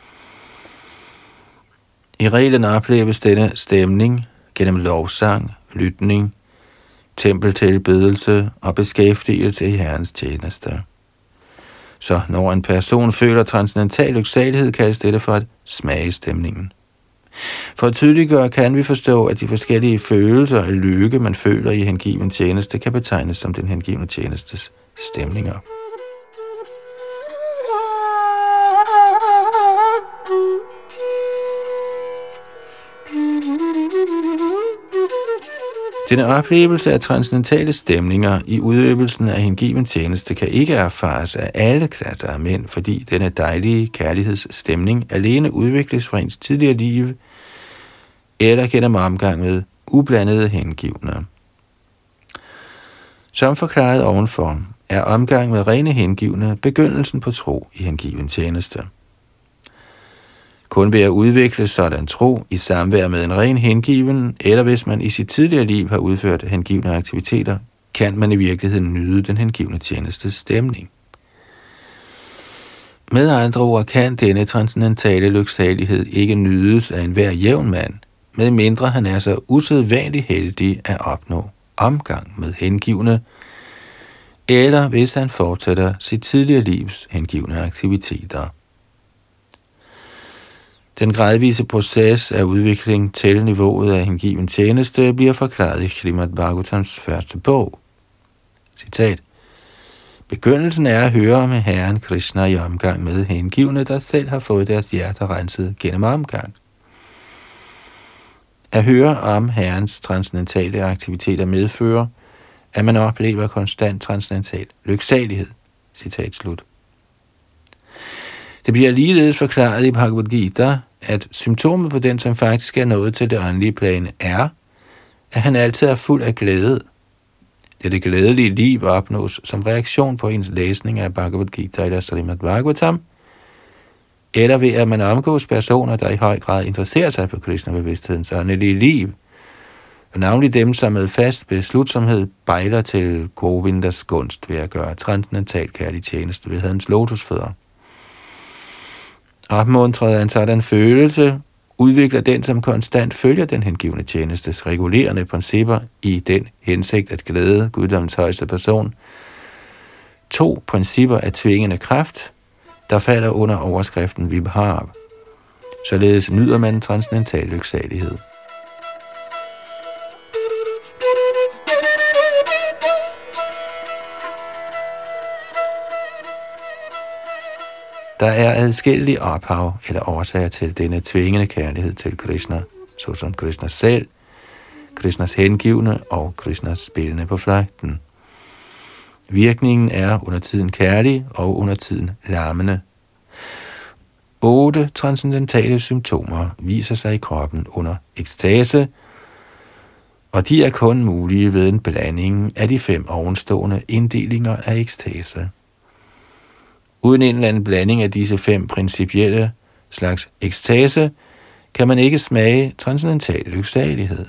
I reglen opleves denne stemning gennem lovsang, lytning, tempeltilbedelse og beskæftigelse i Herrens tjeneste. Så når en person føler transcendental lyksalighed, kaldes dette for at smage stemningen. For at tydeliggøre kan vi forstå, at de forskellige følelser af lykke, man føler i hengiven tjeneste, kan betegnes som den hengivne tjenestes stemninger. Denne oplevelse af transcendentale stemninger i udøvelsen af hengiven tjeneste kan ikke erfares af alle klasser af mænd, fordi denne dejlige kærlighedsstemning alene udvikles fra ens tidligere liv eller gennem omgang med ublandede hengivne. Som forklaret ovenfor, er omgang med rene hengivne begyndelsen på tro i hengiven tjeneste. Kun ved at udvikle sådan tro i samvær med en ren hengiven, eller hvis man i sit tidligere liv har udført hengivne aktiviteter, kan man i virkeligheden nyde den hengivne tjenestes stemning. Med andre ord kan denne transcendentale lyksalighed ikke nydes af enhver jævn mand, medmindre han er så usædvanligt heldig at opnå omgang med hengivne, eller hvis han fortsætter sit tidligere livs hengivne aktiviteter. Den gradvise proces af udvikling til niveauet af hengiven tjeneste bliver forklaret i Srimad Bhagavatams første bog. Citat. Begyndelsen er at høre om Herren Krishna i omgang med hengivne, der selv har fået deres hjerter renset gennem omgang. At høre om Herrens transcendentale aktiviteter medfører, at man oplever konstant transcendental lyksalighed. Citat slut. Det bliver ligeledes forklaret i Bhagavad Gita, at symptomet på den, som faktisk er nået til det åndelige plan, er, at han altid er fuld af glæde. Dette glædelige liv opnås som reaktion på ens læsning af Bhagavad Gita eller Srimad Bhagavatam, eller ved at man omgås personer, der i høj grad interesserer sig for Krishna-bevidsthedens åndelige liv, og navnlig dem, som med fast beslutsomhed bejler til Govindas gunst ved at gøre transcendental kærlig tjeneste ved hans lotusfødder. Opmuntret af en sådan følelse, udvikler den, som konstant følger den hengivne tjenestes regulerende principper i den hensigt at glæde guddommens højeste person, to principper af tvingende kraft, der falder under overskriften Vibhav. Således nyder man transcendental lyksalighed. Der er adskillige ophav eller årsager til denne tvingende kærlighed til Krishna, såsom Krishna selv, Krishnas hengivne og Krishnas spillende på fløjten. Virkningen er under tiden kærlig og under tiden lammende. Otte transcendentale symptomer viser sig i kroppen under ekstase, og de er kun mulige ved en blanding af de fem ovenstående inddelinger af ekstase. Uden en eller anden blanding af disse fem principielle slags ekstase, kan man ikke smage transcendental lyksalighed.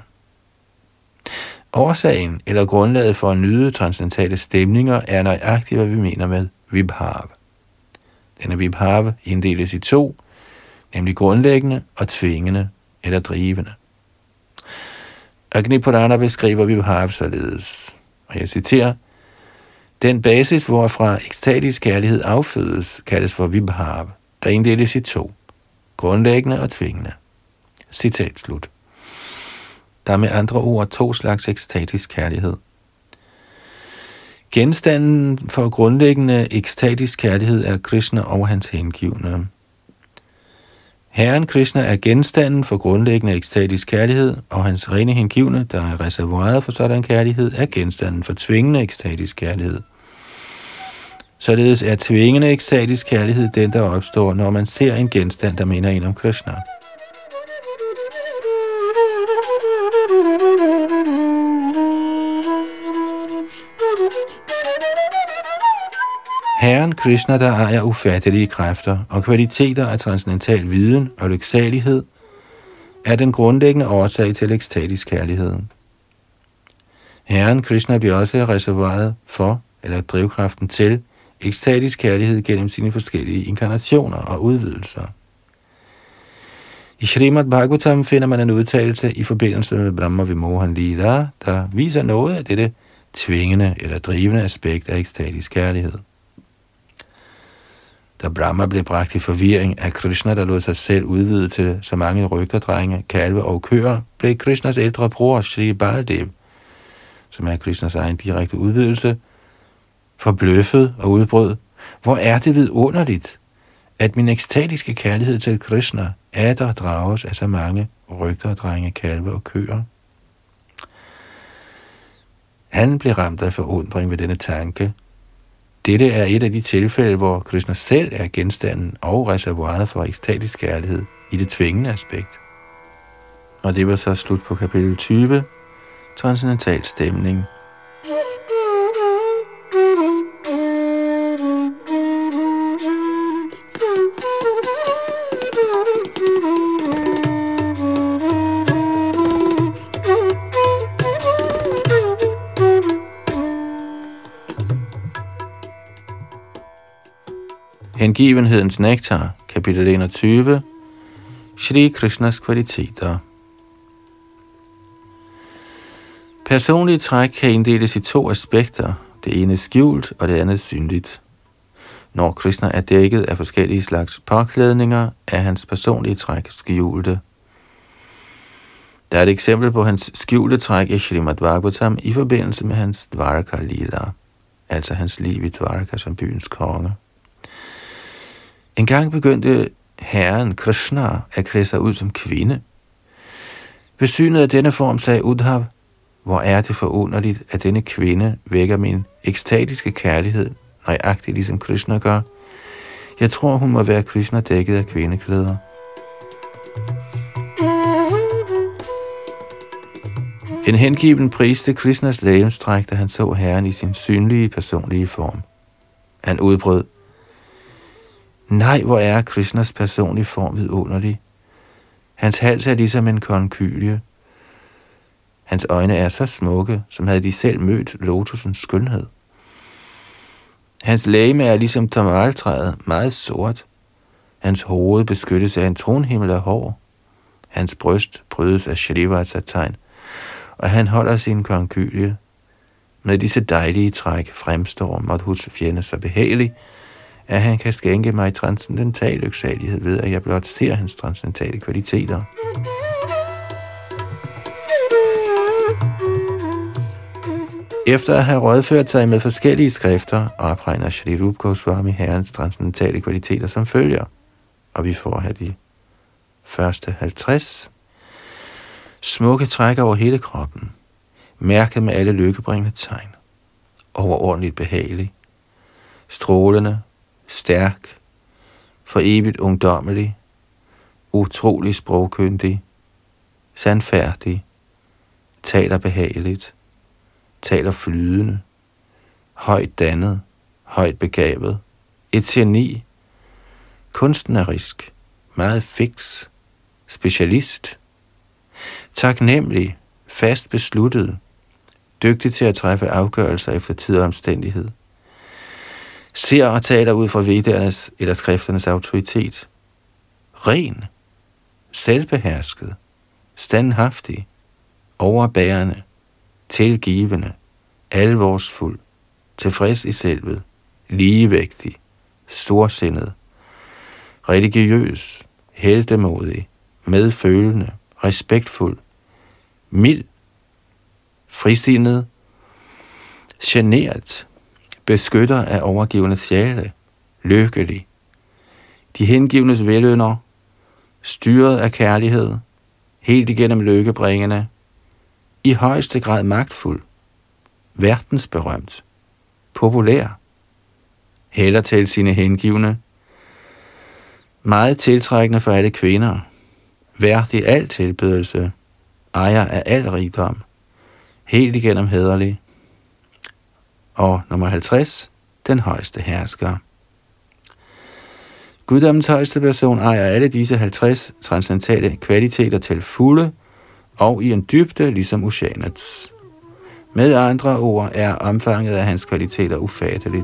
Årsagen eller grundlaget for at nyde transcendentale stemninger er nøjagtigt, hvad vi mener med Vibhav. Denne Vibhav inddeles i to, nemlig grundlæggende og tvingende eller drivende. Agni Purana beskriver Vibhav således, og jeg citerer, den basis, hvorfra ekstatisk kærlighed affødes, kaldes for Vibhav, der inddeles i to, grundlæggende og tvingende. Citat slut. Der er med andre ord to slags ekstatisk kærlighed. Genstanden for grundlæggende ekstatisk kærlighed er Krishna og hans hengivne. Herren Krishna er genstanden for grundlæggende ekstatisk kærlighed, og hans rene hengivne, der er reservoiret for sådan kærlighed, er genstanden for tvingende ekstatisk kærlighed. Således er tvingende ekstatisk kærlighed den, der opstår, når man ser en genstand, der minder en om Krishna. Herren Krishna, der ejer ufattelige kræfter og kvaliteter af transcendental viden og lyksalighed, er den grundlæggende årsag til ekstatisk kærlighed. Herren Krishna bliver også reserveret for, eller drivkraften til, ekstatisk kærlighed gennem sine forskellige inkarnationer og udvidelser. I Srimad Bhagavatam finder man en udtalelse i forbindelse med Brahma Vimohan Lila, der viser noget af dette tvingende eller drivende aspekt af ekstatisk kærlighed. Da Brahma blev bragt i forvirring af Krishna, der lod sig selv udvide til så mange rygterdrenge, kalve og køer, blev Krishnas ældre bror, Shri Baladev, som er Krishnas egen direkte udvidelse, forbløffet og udbrød: hvor er det vidunderligt, at min ekstatiske kærlighed til Krishna atter drages af så mange rygterdrenge, kalve og køer. Han blev ramt af forundring ved denne tanke. Dette er et af de tilfælde, hvor Krishna selv er genstanden og reservoiret for ekstatisk kærlighed i det tvingende aspekt. Og det var så slut på kapitel tyve, Transcendental stemning. Hengivenhedens nektar, kapitel enogtyve, Shri Krishnas kvaliteter. Personlige træk kan inddeles i to aspekter, det ene skjult og det andet synligt. Når Krishna er dækket af forskellige slags påklædninger, er hans personlige træk skjulte. Der er et eksempel på hans skjulte træk i Srimad Bhagavatam i forbindelse med hans Dvaraka Lila, altså hans liv i Dvaraka som byens konge. En gang begyndte herren Krishna at klæde sig ud som kvinde. Ved synet af denne form sagde Uddhav: hvor er det forunderligt, at denne kvinde vækker min ekstatiske kærlighed, nøjagtigt ligesom Krishna gør. Jeg tror, hun må være Krishna dækket af kvindeklæder. En hengiven priste Krishnas legemstræk, da han så herren i sin synlige, personlige form. Han udbrød: nej, hvor er Krishnas personlige form vidunderlig. Hans hals er ligesom en konkylie. Hans øjne er så smukke, som havde de selv mødt lotusens skønhed. Hans legeme er ligesom tamaltræet, meget sort. Hans hoved beskyttes af en tronhimmel af hår. Hans bryst prydes af Shrivatsa-tegn, og han holder sin konkylie. Med disse dejlige træk fremstår Madhus fjende så behagelig, at han kan skænke mig transcendental lyksalighed ved, at jeg blot ser hans transcendentale kvaliteter. Efter at have rådført sig med forskellige skrifter, opregner Shri Rupa Goswami herrens transcendentale kvaliteter som følger, og vi får her de første halvtreds. Smukke træk over hele kroppen, mærket med alle lykkebringende tegn, overordentligt behagelig, strålende, stærk, for evigt ungdommelig, utrolig sprogkyndig, sandfærdig, taler behageligt, taler flydende, højt dannet, højt begavet, et geni, kunstnerisk, meget fiks, specialist, taknemmelig, fast besluttet, dygtig til at træffe afgørelser efter tid og omstændighed, ser og taler ud fra vedernes eller skrifternes autoritet, ren, selvbehersket, standhaftig, overbærende, tilgivende, alvorsfuld, tilfreds i selvet, ligevægtig, storsindet, religiøs, heltemodig, medfølende, respektfuld, mild, frisindet, genert, beskytter af overgivende sjæle, lykkelig, de hengivnes velønder, styret af kærlighed, helt igennem lykkebringende, i højeste grad magtfuld, verdensberømt, populær, hælder til sine hengivne, meget tiltrækkende for alle kvinder, værdig al tilbedelse, ejer af al rigdom, helt igennem hæderlig. Og nummer halvtreds, den højeste hersker. Guddommens højeste person ejer alle disse halvtreds transcendentale kvaliteter til fulde, og i en dybde ligesom oceanets. Med andre ord er omfanget af hans kvaliteter ufatteligt.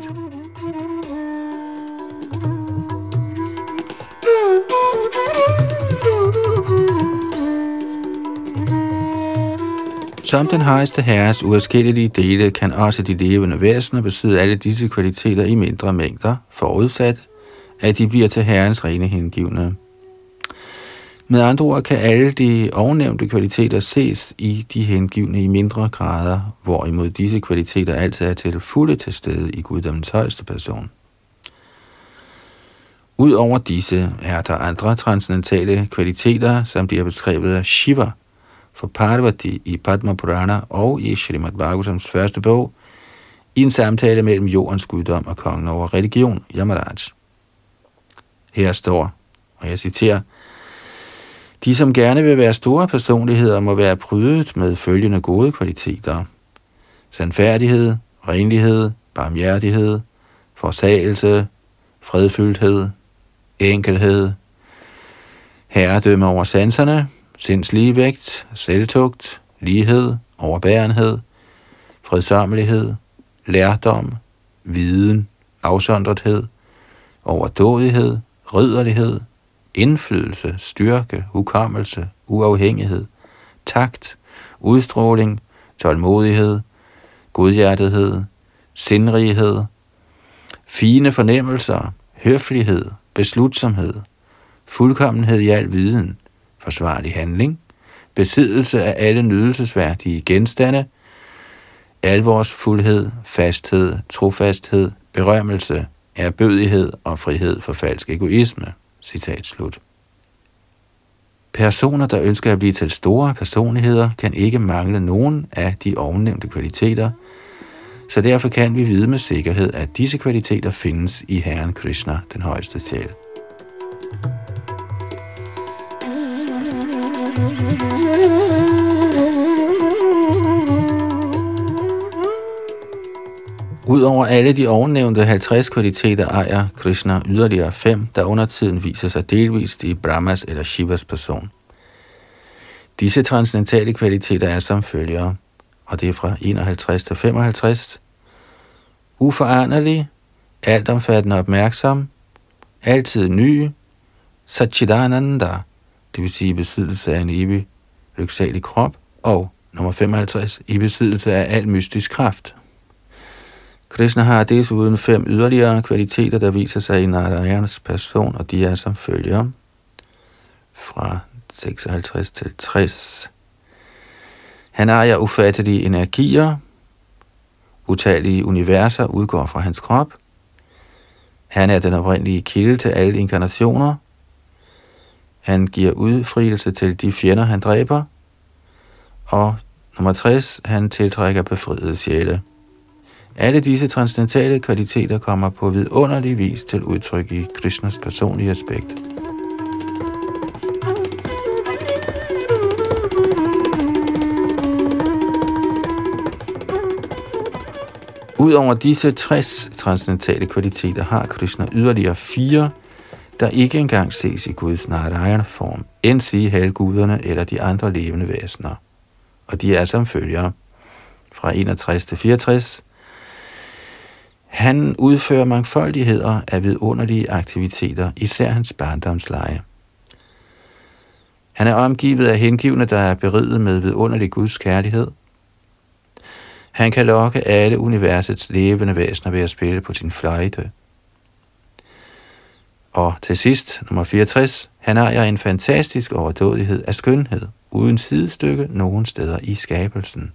Som den højeste herres uadskillelige dele kan også de levende væsener besidde alle disse kvaliteter i mindre mængder, forudsat at de bliver til Herrens rene hengivne. Med andre ord kan alle de ovennævnte kvaliteter ses i de hengivne i mindre grader, hvorimod disse kvaliteter altid er til fulde til stede i guddommens højeste person. Udover disse er der andre transcendentale kvaliteter, som bliver beskrevet af Shiva for Parvati i Padma Purana og i Srimad Bhagavatams første bog, i en samtale mellem jordens guddom og kongen over religion, Yamaraj. Her står, og jeg citerer, de, som gerne vil være store personligheder, må være prydet med følgende gode kvaliteter: sandfærdighed, renlighed, barmhjertighed, forsagelse, fredfyldthed, enkelhed, herredømme over sanserne, sindsligevægt, selvtugt, lighed, overbærenhed, fredsommelighed, lærdom, viden, afsondrethed, overdådighed, ridderlighed, indflydelse, styrke, hukommelse, uafhængighed, takt, udstråling, tålmodighed, godhjertethed, sindrighed, fine fornemmelser, høflighed, beslutsomhed, fuldkommenhed i al viden, forsvarlig handling, besiddelse af alle nydelsesværdige genstande, alvorsfuldhed, fasthed, trofasthed, berømmelse, ærbødighed og frihed for falsk egoisme. Citat slut. Personer, der ønsker at blive til store personligheder, kan ikke mangle nogen af de ovennævnte kvaliteter, så derfor kan vi vide med sikkerhed, at disse kvaliteter findes i Herren Krishna, den højeste sjæl. Udover alle de ovennævnte halvtreds kvaliteter ejer Krishna yderligere fem, der under tiden viser sig delvist i Brahmas eller Shivas person. Disse transcendentale kvaliteter er som følger, og det er fra enoghalvtreds til femoghalvtreds. Uforanderlig, altomfattende opmærksom, altid ny, Satchidananda, det vil sige besiddelse af en evig lyksalig krop, og nummer femoghalvtreds, i besiddelse af al mystisk kraft. Krishna har desuden fem yderligere kvaliteter, der viser sig i Narayanas person, og de er som følger fra seksoghalvtreds til tres. Han ejer ufattelige energier, utallige universer udgår fra hans krop. Han er den oprindelige kilde til alle inkarnationer. Han giver udfrielse til de fjender, han dræber. Og nummer tres, han tiltrækker befriede sjæle. Alle disse transcendentale kvaliteter kommer på vidunderlig vis til udtryk i Krishnas personlige aspekt. Udover disse tres transcendentale kvaliteter har Krishna yderligere fire, der ikke engang ses i Guds Narayana-form, end sige halvguderne eller de andre levende væsener. Og de er som følger fra enogtres til fireogtres. Han udfører mangfoldigheder af vidunderlige aktiviteter, især hans barndomsleje. Han er omgivet af hengivne, der er beriget med vidunderlig Guds kærlighed. Han kan lokke alle universets levende væsener ved at spille på sin fløjte. Og til sidst, nummer fireogtres, han ejer en fantastisk overdådighed af skønhed, uden sidestykke nogen steder i skabelsen.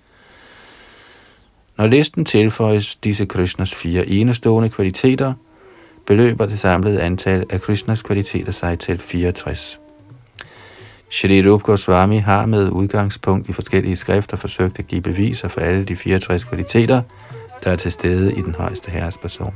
Når listen tilføjes disse Krishnas fire enestående kvaliteter, beløber det samlede antal af Krishnas kvaliteter sig til fireogtres. Shri Rupa Goswami har med udgangspunkt i forskellige skrifter forsøgt at give beviser for alle de fireogtres kvaliteter, der er til stede i den højeste herres person.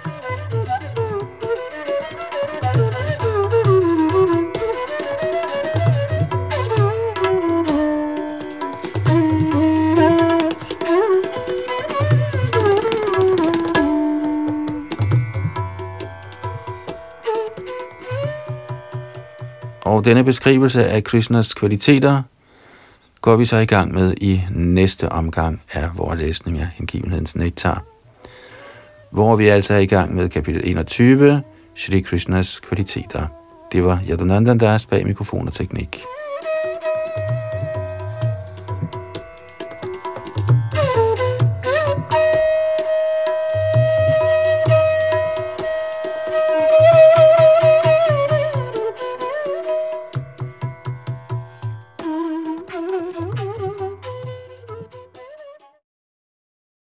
Og denne beskrivelse af Krishnas kvaliteter går vi så i gang med i næste omgang af vores læsning af hengivenhedens nektar, hvor vi altså er i gang med kapitel enogtyve, Shri Krishnas kvaliteter. Det var Yadunandan Das bag mikrofon og teknik.